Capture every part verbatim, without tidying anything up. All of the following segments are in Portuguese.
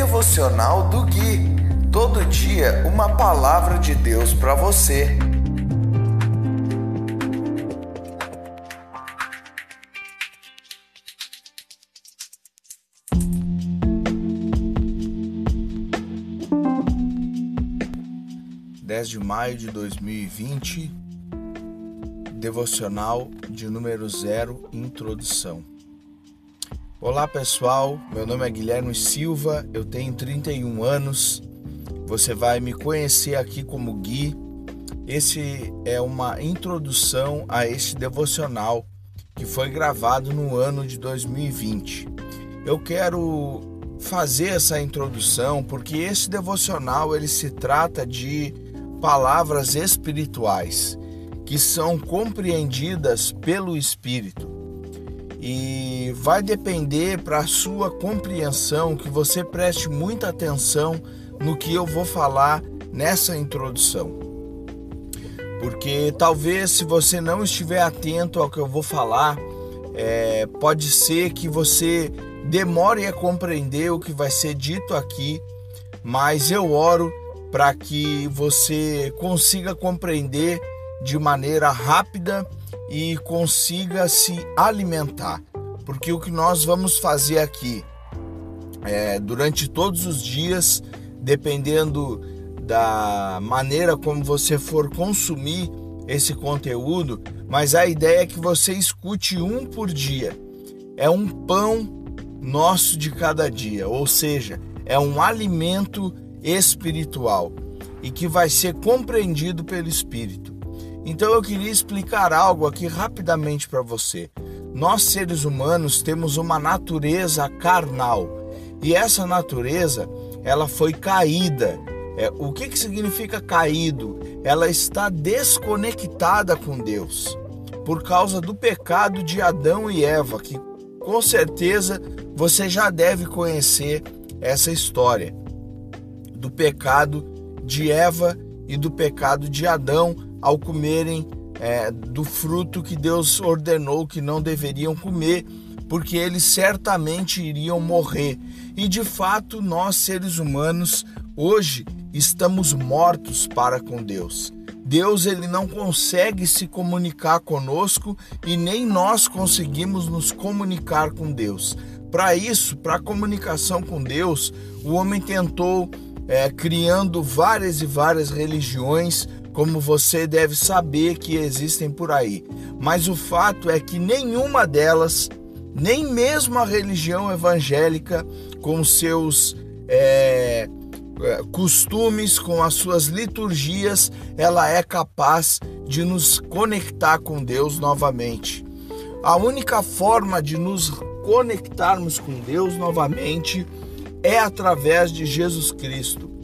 Devocional do Gui. Todo dia uma palavra de Deus para você. dez de maio de dois mil e vinte, Devocional de número zero, Introdução. Olá pessoal, meu nome é Guilherme Silva, eu tenho trinta e um anos, você vai me conhecer aqui como Gui. Esse é uma introdução a este devocional que foi gravado no ano de dois mil e vinte. Eu quero fazer essa introdução porque esse devocional ele se trata de palavras espirituais que são compreendidas pelo Espírito. E vai depender para a sua compreensão que você preste muita atenção no que eu vou falar nessa introdução. Porque talvez se você não estiver atento ao que eu vou falar, é, pode ser que você demore a compreender o que vai ser dito aqui, mas eu oro para que você consiga compreender de maneira rápida e consiga se alimentar, porque o que nós vamos fazer aqui é, durante todos os dias, dependendo da maneira como você for consumir esse conteúdo, mas a ideia é que você escute um por dia. É um pão nosso de cada dia, ou seja, é um alimento espiritual e que vai ser compreendido pelo Espírito. Então eu queria explicar algo aqui rapidamente para você. Nós seres humanos temos uma natureza carnal e essa natureza ela foi caída. É, o que, que significa caído? Ela está desconectada com Deus por causa do pecado de Adão e Eva, que com certeza você já deve conhecer essa história do pecado de Eva e do pecado de Adão ao comerem é, do fruto que Deus ordenou que não deveriam comer, porque eles certamente iriam morrer. E de fato, nós seres humanos hoje estamos mortos para com Deus. Deus ele não consegue se comunicar conosco e nem nós conseguimos nos comunicar com Deus. Para isso, para a comunicação com Deus, o homem tentou é, criando várias e várias religiões, como você deve saber que existem por aí. Mas o fato é que nenhuma delas, nem mesmo a religião evangélica, com seus é, costumes, com as suas liturgias, ela é capaz de nos conectar com Deus novamente. A única forma de nos conectarmos com Deus novamente é através de Jesus Cristo.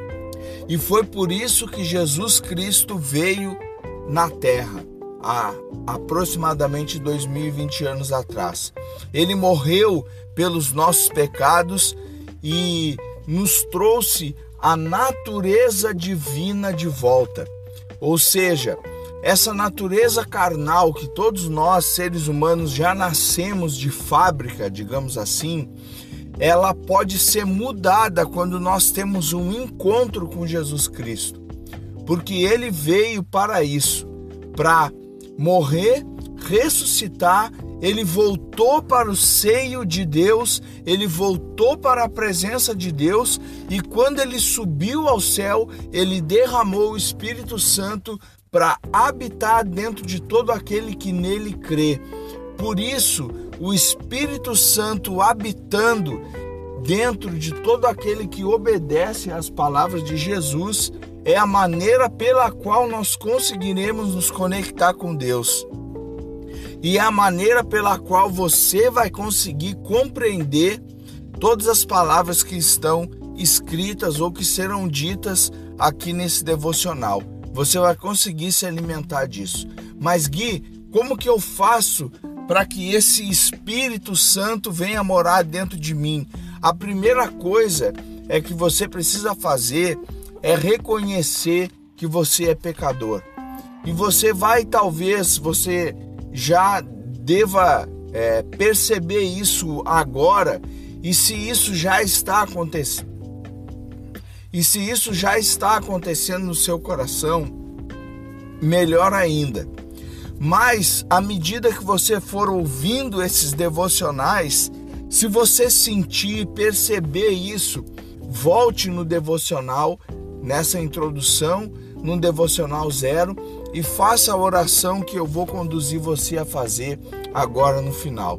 E foi por isso que Jesus Cristo veio na Terra, há aproximadamente dois mil e vinte anos atrás. Ele morreu pelos nossos pecados e nos trouxe a natureza divina de volta. Ou seja, essa natureza carnal que todos nós, seres humanos, já nascemos de fábrica, digamos assim, ela pode ser mudada quando nós temos um encontro com Jesus Cristo, porque ele veio para isso, para morrer, ressuscitar, ele voltou para o seio de Deus, ele voltou para a presença de Deus e quando ele subiu ao céu, ele derramou o Espírito Santo para habitar dentro de todo aquele que nele crê. Por isso, o Espírito Santo habitando dentro de todo aquele que obedece às palavras de Jesus é a maneira pela qual nós conseguiremos nos conectar com Deus. E é a maneira pela qual você vai conseguir compreender todas as palavras que estão escritas ou que serão ditas aqui nesse devocional. Você vai conseguir se alimentar disso. Mas Gui, como que eu faço para que esse Espírito Santo venha morar dentro de mim? A primeira coisa é que você precisa fazer é reconhecer que você é pecador. E você vai, talvez, você já deva é, perceber isso agora, e se isso já está acontecendo, E se isso já está acontecendo no seu coração, melhor ainda. Mas à medida que você for ouvindo esses devocionais, se você sentir e perceber isso, volte no devocional, nessa introdução, no devocional zero, e faça a oração que eu vou conduzir você a fazer agora no final.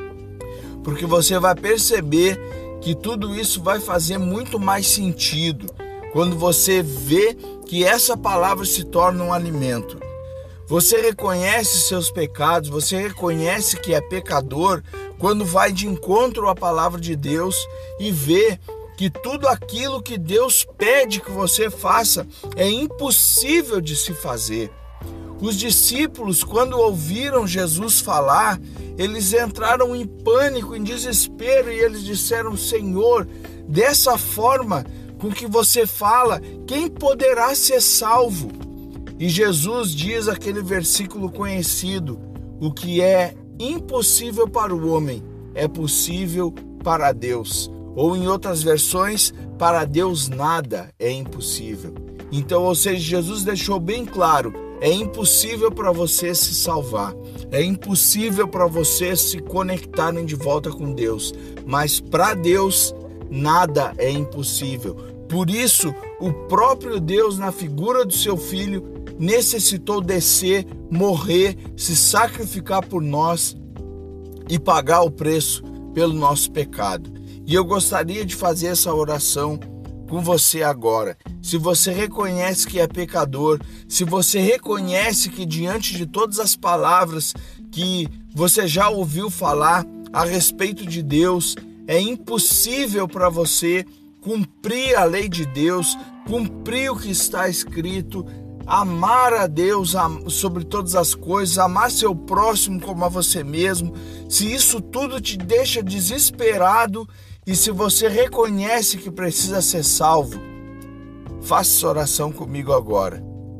Porque você vai perceber que tudo isso vai fazer muito mais sentido quando você vê que essa palavra se torna um alimento. Você reconhece seus pecados, você reconhece que é pecador quando vai de encontro à palavra de Deus e vê que tudo aquilo que Deus pede que você faça é impossível de se fazer. Os discípulos, quando ouviram Jesus falar, eles entraram em pânico, em desespero, e eles disseram: Senhor, dessa forma com que você fala, quem poderá ser salvo? E Jesus diz aquele versículo conhecido: o que é impossível para o homem é possível para Deus. Ou em outras versões, para Deus nada é impossível. Então, ou seja, Jesus deixou bem claro: é impossível para você se salvar, é impossível para você se conectarem de volta com Deus, mas para Deus nada é impossível. Por isso, o próprio Deus, na figura do seu Filho, necessitou descer, morrer, se sacrificar por nós e pagar o preço pelo nosso pecado. E eu gostaria de fazer essa oração com você agora. Se você reconhece que é pecador, se você reconhece que diante de todas as palavras que você já ouviu falar a respeito de Deus, é impossível para você cumprir a lei de Deus, cumprir o que está escrito, amar a Deus sobre todas as coisas, amar seu próximo como a você mesmo, se isso tudo te deixa desesperado e se você reconhece que precisa ser salvo, faça essa oração comigo agora.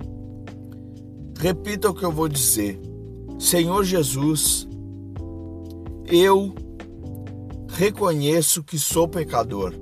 Repita o que eu vou dizer. Senhor Jesus, eu reconheço que sou pecador.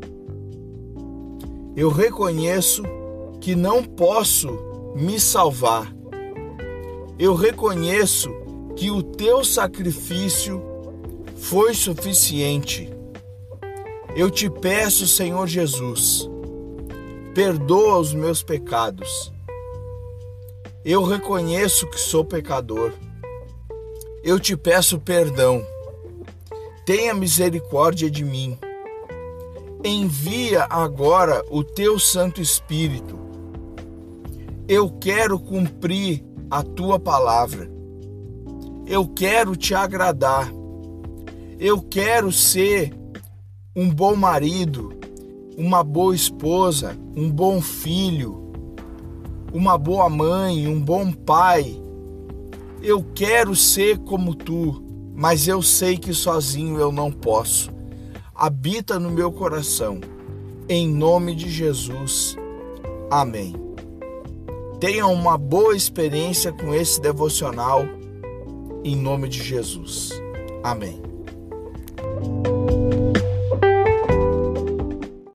Eu reconheço que não posso me salvar. Eu reconheço que o teu sacrifício foi suficiente. Eu te peço, Senhor Jesus, perdoa os meus pecados. Eu reconheço que sou pecador. Eu te peço perdão. Tenha misericórdia de mim. Envia agora o teu Santo Espírito. Eu quero cumprir a tua palavra. Eu quero te agradar. Eu quero ser um bom marido, uma boa esposa, um bom filho, uma boa mãe, um bom pai. Eu quero ser como tu, mas eu sei que sozinho eu não posso. Habita no meu coração, em nome de Jesus. Amém. Tenha uma boa experiência com esse devocional, em nome de Jesus. Amém.